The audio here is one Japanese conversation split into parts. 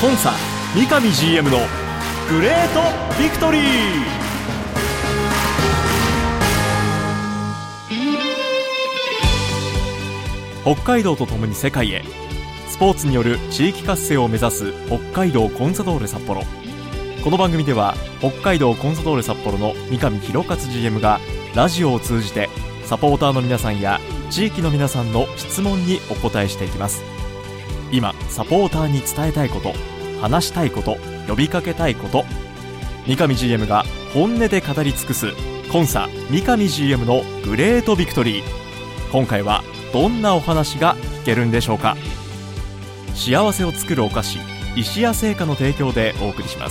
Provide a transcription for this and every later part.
コンサ三上 GM のグレートビクトリー。北海道とともに世界へ、スポーツによる地域活性を目指す北海道コンサドーレ札幌。この番組では北海道コンサドーレ札幌の三上弘勝 GM がラジオを通じてサポーターの皆さんや地域の皆さんの質問にお答えしていきます。今サポーターに伝えたいこと、話したいこと、呼びかけたいこと、三上 GM が本音で語り尽くすコンサ三上 GM のグレートビクトリー。今回はどんなお話が聞けるんでしょうか。幸せを作るお菓子、石屋製菓の提供でお送りします。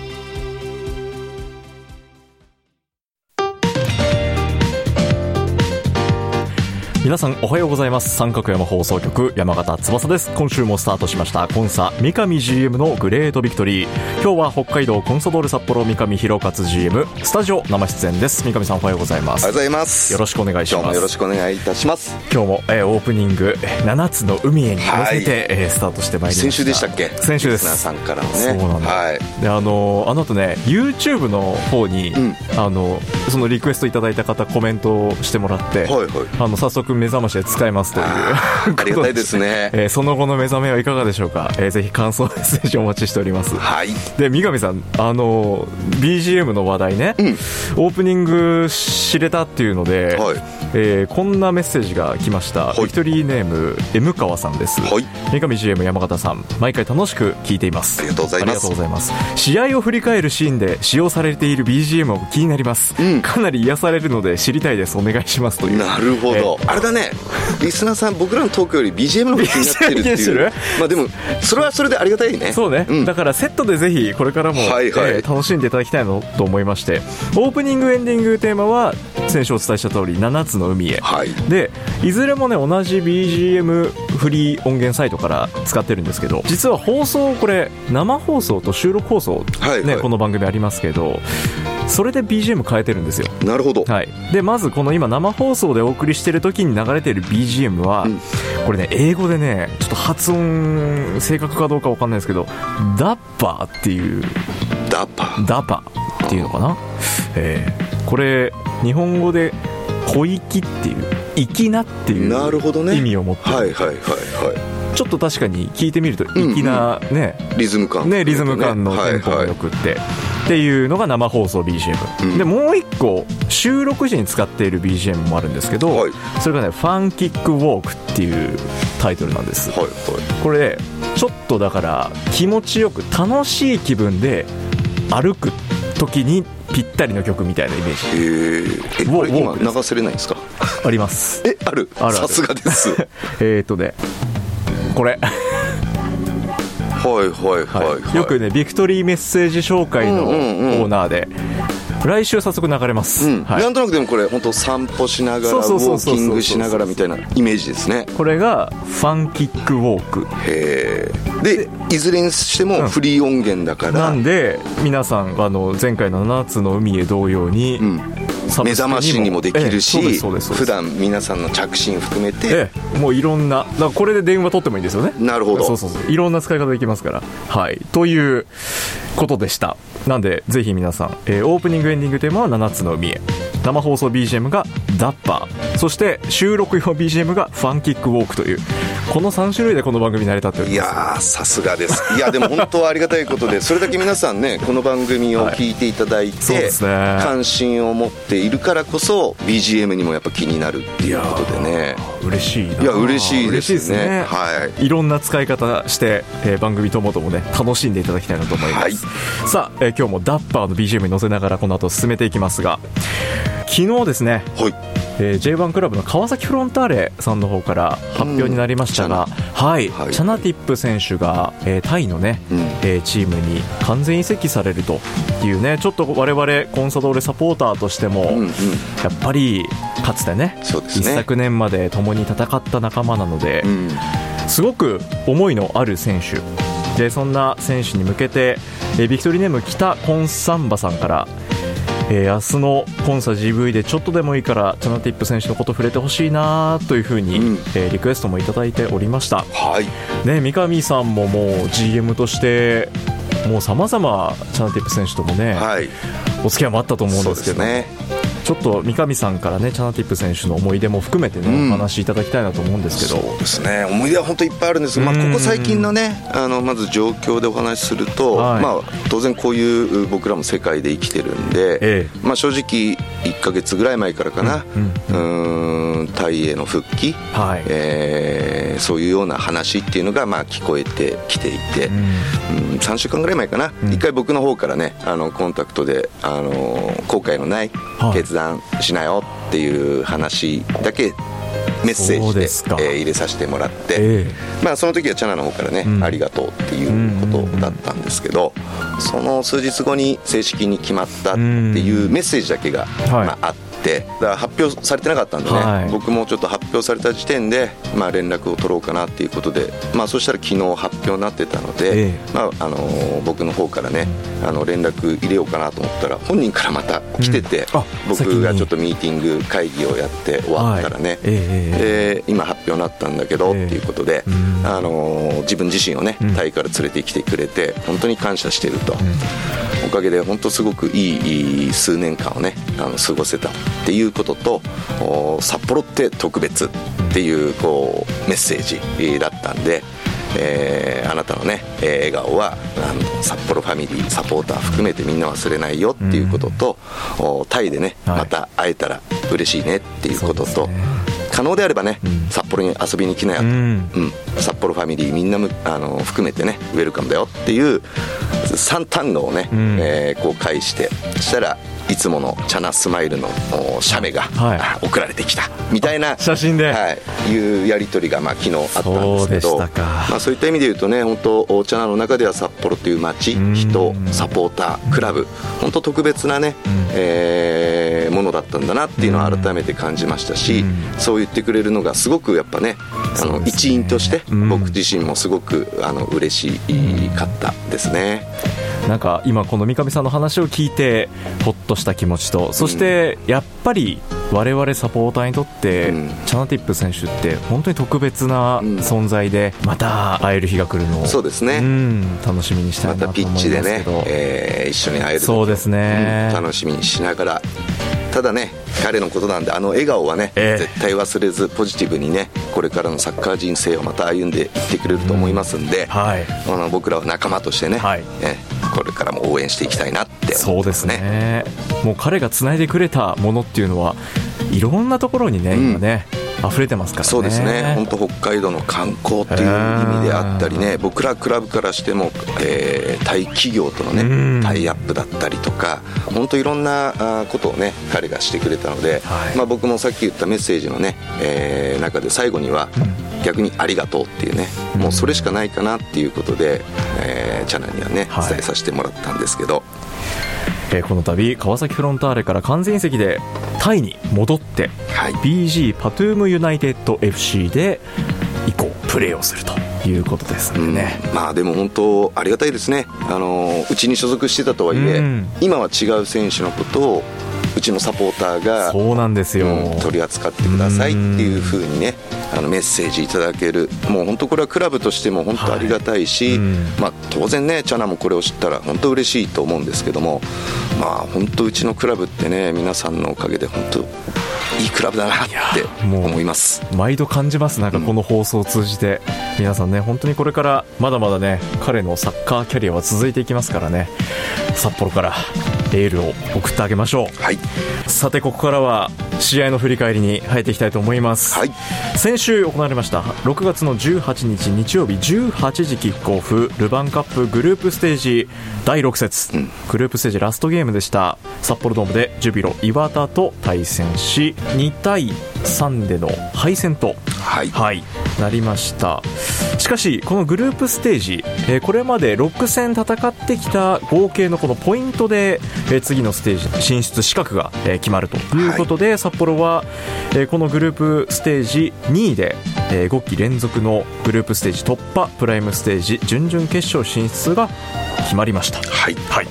皆さんおはようございます。三角山放送局山形翼です。今週もスタートしましたコンサ三上 GM のグレートビクトリー。今日は北海道コンサドーレ札幌三上弘勝 GM スタジオ生出演です。三上さんおはようございます。 おはようございます。 よろしくお願いします。 今日もよろしくお願いいたします。 今日も、オープニング7つの海へに乗せて、スタートしてまいりました。 先週でしたっけ。 先週です。 リスナーさんからのね。 そうなんだ、はい、であの後ね YouTube の方に、そのリクエストいただいた方コメントをしてもらって、はいはい、早速目覚ましで使いますというありがたいですね。 その後の目覚めはいかがでしょうか。ぜひ感想メッセージお待ちしております。 はい。 で三上さんBGM の話題ね、オープニング知れたっていうので、はい、こんなメッセージが来ました。はい、ビクトリーネーム M 川さんです。はい、三上 GM 山形さん、毎回楽しく聞いています。 ありがとうございます。ありがとうございます。 試合を振り返るシーンで使用されている BGM も気になります。かなり癒されるので知りたいです。お願いしますという。 なるほど、あれだね、リスナーさん僕らのトークより BGM の方が気になってるっていうまあでもそれはそれでありがたいね。 そうね、だからセットでぜひこれからも、はいはい、楽しんでいただきたいのと思いまして、オープニングエンディングテーマは先週お伝えした通り7つの海へ、はい、でいずれもね同じ BGM フリー音源サイトから使ってるんですけど、実は放送これ生放送と収録放送、はいはい、この番組ありますけどそれで BGM 変えてるんですよ。 なるほど、 はい、でまずこの今生放送でお送りしてる時に流れてる BGM は、これね英語でねちょっと発音正確かどうか分かんないですけどダッパーっていうダパっていうのかな、これ日本語で小粋っていう粋なっていう意味を持ってる。 はいはいはいはい。 ちょっと確かに聞いてみると粋な、ね、 リズム感、 ね、リズム感のテンポがよくって、っていうのが生放送 BGM、でもう一個収録時に使っている BGM もあるんですけど、それがねファンキックウォークっていうタイトルなんです。これちょっとだから気持ちよく楽しい気分で歩く時にぴったりの曲みたいなイメージ。 これ今流せれないんですか。 あります。 ある。さすがです。 これよくねビクトリーメッセージ紹介のコーナーで、来週早速流れます。 なんとなくでもこれ本当散歩しながらウォーキングしながらみたいなイメージですね。 これがファンキックウォークでいずれにしてもフリー音源だから、 なんで皆さん前回の7つの海へ同様に、 目覚ましにもできるし、普段皆さんの着信含めて、 もういろんな、だからこれで電話取ってもいいんですよね。 なるほど。 そういろんな使い方できますから、はい、ということでした。なんでぜひ皆さん、オープニングエンディングテーマは7つの海へ、生放送 BGM がダッパー、そして収録用 BGM がファンキックウォークというこの3種類でこの番組に成り立っております。 いやーさすがです。いやでも本当はありがたいことでそれだけ皆さんねこの番組を聞いていただいて、そうですね、関心を持っているからこそ BGM にもやっぱ気になるっていうことでね、 嬉しいな。 いや嬉しいですね。 はい、いろんな使い方して、番組ともどもね楽しんでいただきたいなと思います。さあ、今日もダッパーの BGM に乗せながらこの後進めていきますが、昨日ですね、J1 クラブの川崎フロンターレさんの方から発表になりましたが、チャナティップ選手が、タイのね、チームに完全移籍されるというね、ちょっと我々コンサドーレサポーターとしても、やっぱりかつてね、一昨年まで共に戦った仲間なので、すごく思いのある選手で、そんな選手に向けて、ビクトリーネーム北コンサンバさんから明日のコンサ GV でちょっとでもいいからチャナティップ選手のこと触れてほしいなというふうに、リクエストもいただいておりました、ね、三上さんももう GM としてもうさまざまチャナティップ選手ともね、お付き合いもあったと思うんですけど、ちょっと三上さんからねチャナティップ選手の思い出も含めてね、お話しいただきたいなと思うんですけど。 そうですね、思い出は本当いっぱいあるんですが、ここ最近のねまず状況でお話しすると、当然こういう僕らも世界で生きてるんで、正直1ヶ月ぐらい前からかな、タイへの復帰、そういうような話っていうのが聞こえてきていて、3週間ぐらい前かな、1回僕の方からねコンタクトで後悔のない決断しなよっていう話だけメッセージで、入れさせてもらって、その時はチャナの方からね、ありがとうっていうことだったんですけど、その数日後に正式に決まったっていうメッセージだけが、あって、だから発表されてなかったんでね、僕もちょっと発表された時点で、連絡を取ろうかなっていうことで、そしたら昨日発表になってたので、僕の方からね連絡入れようかなと思ったら本人からまた来てて、僕がちょっとミーティング会議をやって終わったらね、で今発表になったんだけどっていうことで、自分自身をねタイから連れてきてくれて本当に感謝してると、おかげで本当すごくいい数年間をね過ごせたっていうことと、札幌って特別っていうメッセージだったんで、あなたのね笑顔は札幌ファミリーサポーター含めてみんな忘れないよっていうことと、タイでねまた会えたら嬉しいねっていうことと、可能であればね、札幌に遊びに来なよと、札幌ファミリーみんな含めてねウェルカムだよっていう3単語をね、返して、そしたらいつものチャナスマイルの写メが、送られてきたみたいな写真で、 いうやり取りが昨日あったんですけど、そういった意味で言うとね、本当チャナの中では札幌という街、人、サポーター、クラブ、本当特別なね、ものだったんだなっていうのを改めて感じましたし、そう言ってくれるのがすごくやっぱね、一員として僕自身もすごく嬉しかったですね。 なんか今この三上さんの話を聞いてほっとした気持ちと、そしてやっぱり我々サポーターにとって、チャナティップ選手って本当に特別な存在で、また会える日が来るのをそうですね、 楽しみにしたいなと思いますけど、 またピッチでね、一緒に会えるのを、 そうですね、 楽しみにしながら、ただね彼のことなんで笑顔はね、絶対忘れずポジティブにねこれからのサッカー人生をまた歩んでいってくれると思いますんで、僕らは仲間としてね、これからも応援していきたいなって思ってますね。 そうですね、もう彼がつないでくれたものっていうのはいろんなところにね、今ね溢れてますからね。 そうですね、本当北海道の観光っていう意味であったりね、僕らクラブからしても、タイ企業とのねタイアップだったりとか、本当いろんなことをね彼がしてくれたので、僕もさっき言ったメッセージのね、中で最後には、逆にありがとうっていうね、もうそれしかないかなっていうことで、チャナにはね伝えさせてもらったんですけど、 この度川崎フロンターレから完全移籍でタイに戻って、BG パトゥームユナイテッド FC で以降プレーをするということですのでね、 でも本当ありがたいですね。うちに所属してたとはいえ、今は違う選手のことをうちのサポーターがそうなんですよ、 取り扱ってくださいっていう風にねメッセージいただける、もう本当これはクラブとしても本当ありがたいし、当然ねチャナもこれを知ったら本当嬉しいと思うんですけども、本当うちのクラブってね皆さんのおかげで本当いいクラブだなって思います。 毎度感じます。なんかこの放送を通じて、皆さんね本当にこれからまだまだね彼のサッカーキャリアは続いていきますからね、札幌からエールを送ってあげましょう。さてここからは試合の振り返りに入っていきたいと思います。先週行われました6月の18日日曜日18時キックオフ、ルヴァンカップグループステージ第6節、グループステージラストゲームでした。札幌ドームでジュビロ磐田と対戦し2対3での敗戦と、なりました。しかしこのグループステージ、これまで6戦戦ってきた合計のこのポイントで、次のステージ進出資格が、決まるということで、札幌は、このグループステージ2位で、5期連続のグループステージ突破、プライムステージ準々決勝進出が決まりました。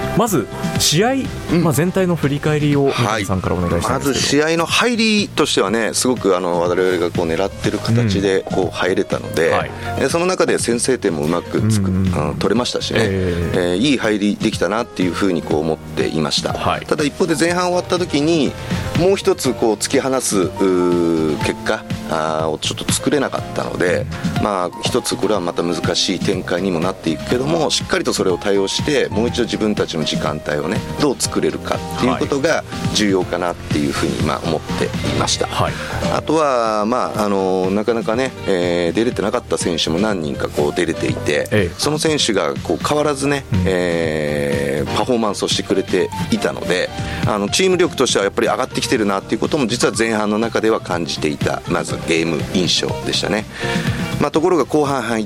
まず試合、全体の振り返りを三上さんからお願いしたいんですけど、 まず試合の入りとしてはね、すごく我々がこう狙ってる形でこう入れたので、その中で先制点もうまく取れましたしね、いい入りできたなっていうふうにこう思っていました。ただ一方で前半終わった時にもう一つこう突き放す結果をちょっと作れなかったので、一つこれはまた難しい展開にもなっていくけども、しっかりとそれを対応してもう一度自分たちの時間帯をねどう作れるかっていうことが重要かなっていうふうに思っていました。あとはなかなかね、出れてなかった選手も何人かこう出れていて、その選手がこう変わらずね、パフォーマンスをしてくれていたので、チーム力としてはやっぱり上がってきてるなっていうことも実は前半の中では感じていた、まずゲーム印象でしたね。ところが後半入って、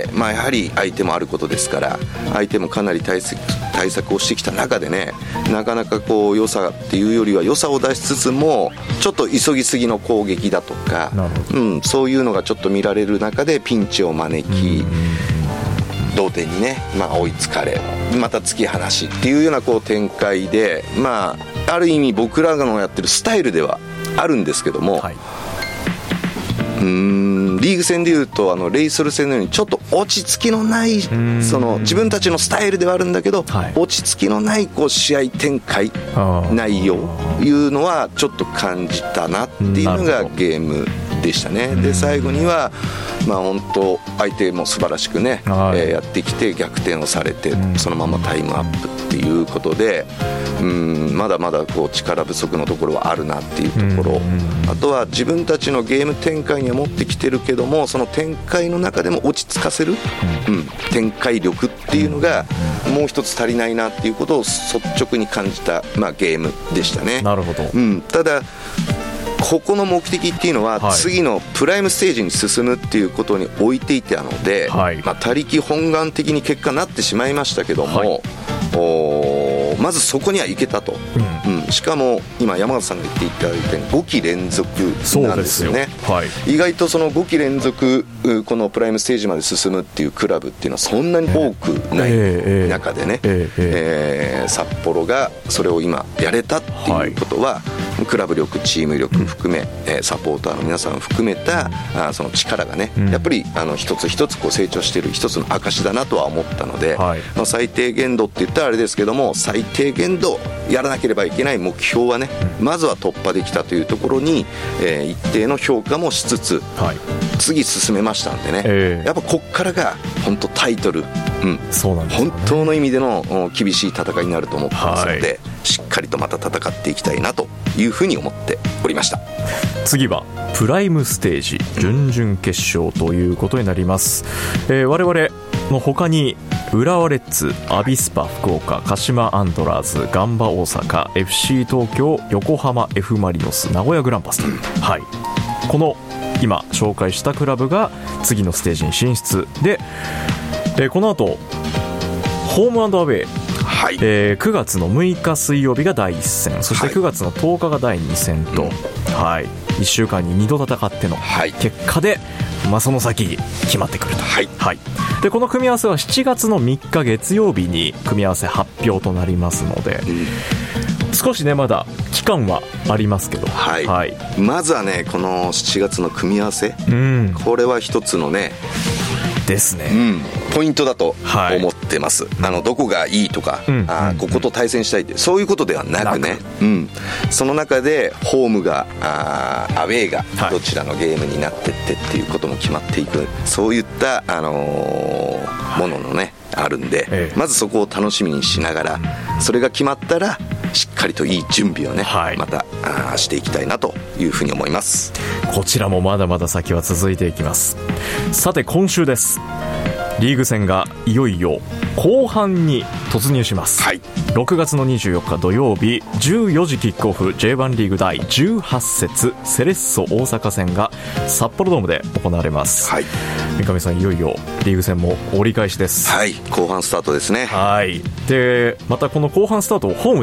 やはり相手もあることですから、相手もかなり対策をしてきた中でね、なかなかこう良さっていうよりは良さを出しつつもちょっと急ぎすぎの攻撃だとか、そういうのがちょっと見られる中でピンチを招き、同点にね、追いつかれ、また突き放しっていうようなこう展開で、ある意味僕らのやってるスタイルではあるんですけども、リーグ戦でいうとレイソル戦のようにちょっと落ち着きのないその自分たちのスタイルではあるんだけど、落ち着きのないこう試合展開内容いうのはちょっと感じたなっていうのがゲームでしたね。で最後には本当相手も素晴らしくね、やってきて逆転をされて、そのままタイムアップっていうことで、まだまだこう力不足のところはあるなっていうところ、あとは自分たちのゲーム展開には持ってきてるけども、その展開の中でも落ち着かせる、展開力っていうのがもう一つ足りないなっていうことを率直に感じた、ゲームでしたね。 なるほど。 ただここの目的っていうのは、次のプライムステージに進むっていうことに置いていたので、他力本願的に結果になってしまいましたけども、まずそこには行けたと、しかも今山形さんが言っていただいたように5期連続なんですよね。意外とその5期連続このプライムステージまで進むっていうクラブっていうのはそんなに多くない中でね、札幌がそれを今やれたっていうことは、クラブ力チーム力含め、サポーターの皆さんを含めたその力がね、やっぱり一つ一つこう成長している一つの証だなとは思ったので、最低限度って言ったらあれですけども、最低限度やらなければいけない目標はね、まずは突破できたというところに、一定の評価もしつつ、次進めましたんでね、やっぱこっからが本当タイトル、 そうなんですね、 本当の意味での厳しい戦いになると思ってますので、しっかりとまた戦っていきたいなというふうに思っておりました。 次はプライムステージ準々決勝ということになります。我々の他に浦和レッズ、アビスパ福岡、鹿島アントラーズ、ガンバ大阪、 FC 東京、横浜 F マリノス、名古屋グランパスと、この今紹介したクラブが次のステージに進出で、この後ホーム&アウェー、9月の6日水曜日が第1戦、そして9月の10日が第2戦と、1週間に2度戦っての結果で、その先決まってくると、でこの組み合わせは7月の3日月曜日に組み合わせ発表となりますので、少しねまだ期間はありますけど、 まずはねこの7月の組み合わせ、これは一つのねですね、 ポイントだと思ってます。どこがいいとか、ここと対戦したいってそういうことではなくね、その中でホームがアウェーがどちらのゲームになってってっていうことも決まっていく、そういった、もののねあるんで、まずそこを楽しみにしながら、それが決まったらしっかりといい準備をね、またしていきたいなというふうに思います。 こちらもまだまだ先は続いていきます。さて今週です。リーグ戦がいよいよ後半に突入します、6月の24日土曜日14時キックオフ、 J1 リーグ第18節セレッソ大阪戦が札幌ドームで行われます。三上さん、いよいよリーグ戦も折り返しです。 後半スタートですね。 でまたこの後半スタートをホームで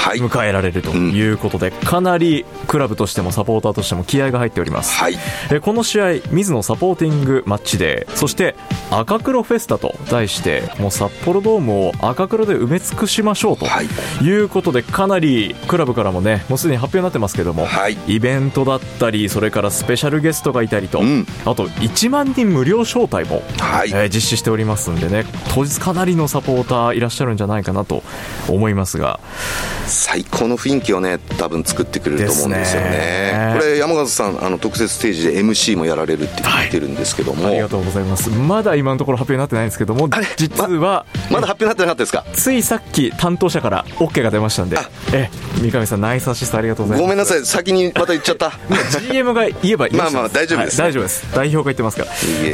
迎えられるということで、かなりクラブとしてもサポーターとしても気合が入っております、はい、この試合水野サポーティングマッチデー、そして赤黒フェスタと題してもう札幌ドームを赤黒で埋め尽くしましょうということで、かなりクラブからもねもうすでに発表になってますけども、はい、イベントだったりそれからスペシャルゲストがいたりと、あと1万人無料招待も、はい実施しておりますんでね、当日かなりのサポーターいらっしゃるんじゃないかなと思いますが、 最高の雰囲気をね多分作ってくれると思うんですよね。これ山形さん特設ステージで MC もやられるって聞いてるんですけども、 はい、ありがとうござまだ今のところ発表になってないんですけども、実はまだ発表になってなかったですか。 ついさっき担当者から OK が出ましたんで、三上さんナイスアシストありがとうございます。 ごめんなさい先にまた言っちゃった GM が言えばいいまあ大丈夫です、 はい、大丈夫です、代表が言ってますから、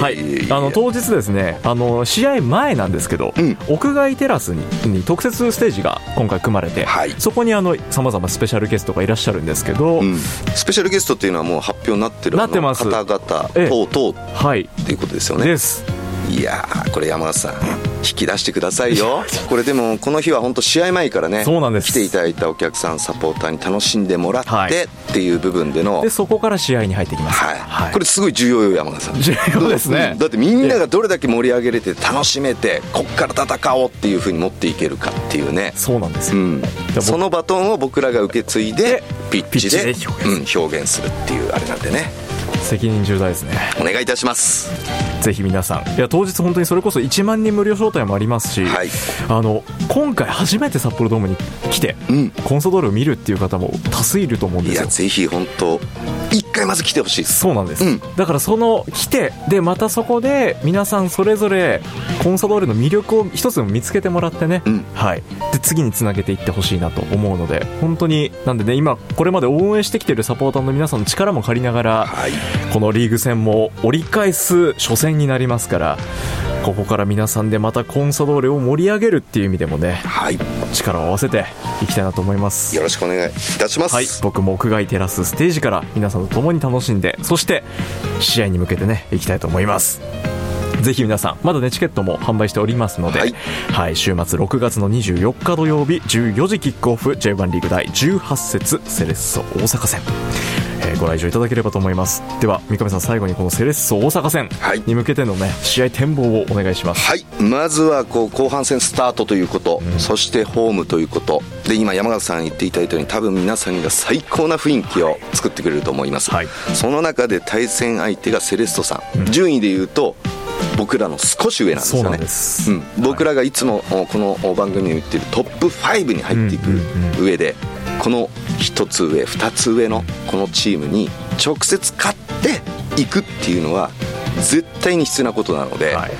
はい、当日ですね試合前なんですけど、屋外テラスに特設ステージが今回組まれて、はい、そこにさまざまスペシャルゲストがいらっしゃるんですけど、 スペシャルゲストっていうのはもう発表になってる方々等々はいっていうことですよね。 ですいやーこれ山形さん引き出してくださいよこれでもこの日は本当試合前からねそうなんです、 来ていただいたお客さんサポーターに楽しんでもらって、はい、っていう部分でのでそこから試合に入ってきます、 はいはい、これすごい重要よ山形さん。 重要ですね。 だってみんながどれだけ盛り上げれて楽しめてこっから戦おうっていう風に持っていけるかっていうね。 そうなんですよ、 そのバトンを僕らが受け継いでピッチで表現するっていうあれなんでね、 責任重大ですね。 お願いいたします。 ぜひ皆さん、いや当日本当にそれこそ1万人無料招待もありますし、はい、今回初めて札幌ドームに来て、コンソドールを見るっていう方も多数いると思うんですよ。 いやぜひ本当一回まず来てほしい。 そうなんです、だから来てでまたそこで皆さんそれぞれコンソドールの魅力を一つでも見つけてもらってね、はい、で次につなげていってほしいなと思うので、本当になんでね今これまで応援してきているサポーターの皆さんの力も借りながら、はい、このリーグ戦も折り返す初戦になりますから、ここから皆さんでまたコンサドーレを盛り上げるっていう意味でもね、はい、力を合わせていきたいなと思います。 よろしくお願いいたします、 はい、僕も屋外テラスステージから皆さんと共に楽しんで、そして試合に向けてねいきたいと思います。ぜひ皆さんまだねチケットも販売しておりますので、はいはい、週末6月の24日土曜日14時キックオフ J1 リーグ第18節セレッソ大阪戦、ご来場いただければと思います。では三上さん最後にこのセレッソ大阪戦に向けてのね試合展望をお願いします。 はい、まずは後半戦スタートということ、そしてホームということで、今山形さん言っていただいたように多分皆さんが最高な雰囲気を作ってくれると思います、はい、その中で対戦相手がセレッソさん、順位でいうと僕らの少し上なんですよね。そうなんです、僕らがいつもこの番組に言っているトップ5に入っていく上で、この1つ上2つ上のこのチームに直接勝っていくっていうのは絶対に必要なことなので、はい、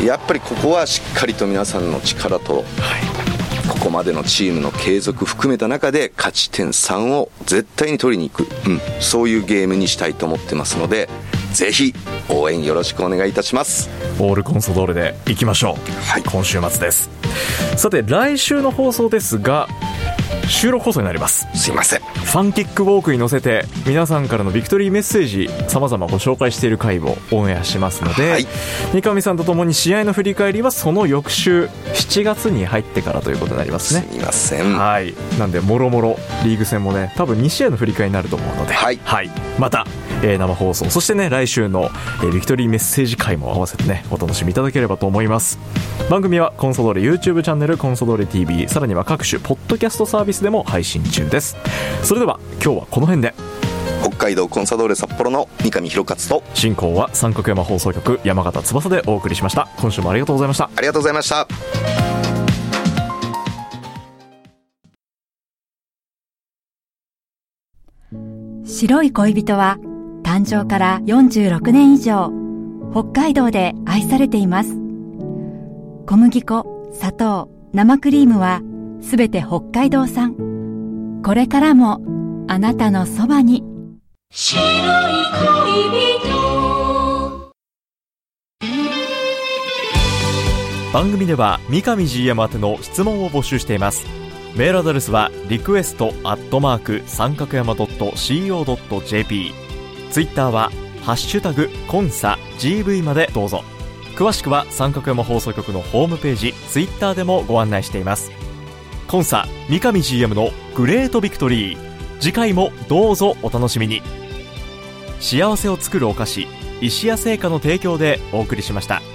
やっぱりここはしっかりと皆さんの力と、はい、ここまでのチームの継続含めた中で勝ち点3を絶対に取りに行く、そういうゲームにしたいと思ってますので、ぜひ応援よろしくお願いいたします。 オールコンソドールでいきましょう、はい、今週末です。さて来週の放送ですが収録放送になります。 すいません。 ファンキックウォークに乗せて皆さんからのビクトリーメッセージ様々ご紹介している回をオンエアしますので、はい、三上さんとともに試合の振り返りはその翌週7月に入ってからということになりますね。 すみません。 はい、なんでもろもろリーグ戦もね多分2試合の振り返りになると思うので、はい、はい、また、生放送そしてね来週の、ビクトリーメッセージ回も合わせてねお楽しみいただければと思います。番組はコンソドーレ YouTube チャンネルコンソドーレ TV、 さらには各種ポッドキャストサービスでも配信中です。それでは今日はこの辺で。 北海道コンサドーレ札幌の三上弘勝と、 進行は三角山放送局山形翼でお送りしました。今週もありがとうございました。 ありがとうございました。 白い恋人は誕生から46年以上北海道で愛されています。小麦粉、砂糖、生クリームはすべて北海道産。これからもあなたのそばに白い恋人。 番組では三上 GM 宛ての質問を募集しています。メールアドレスはrequest@三角山 .co.jp、 ツイッターはハッシュタグコンサ GV までどうぞ。詳しくは三角山放送局のホームページツイッターでもご案内しています。 コンサ三上 GM のグレートビクトリー、次回もどうぞお楽しみに。幸せを作るお菓子、石屋製菓の提供でお送りしました。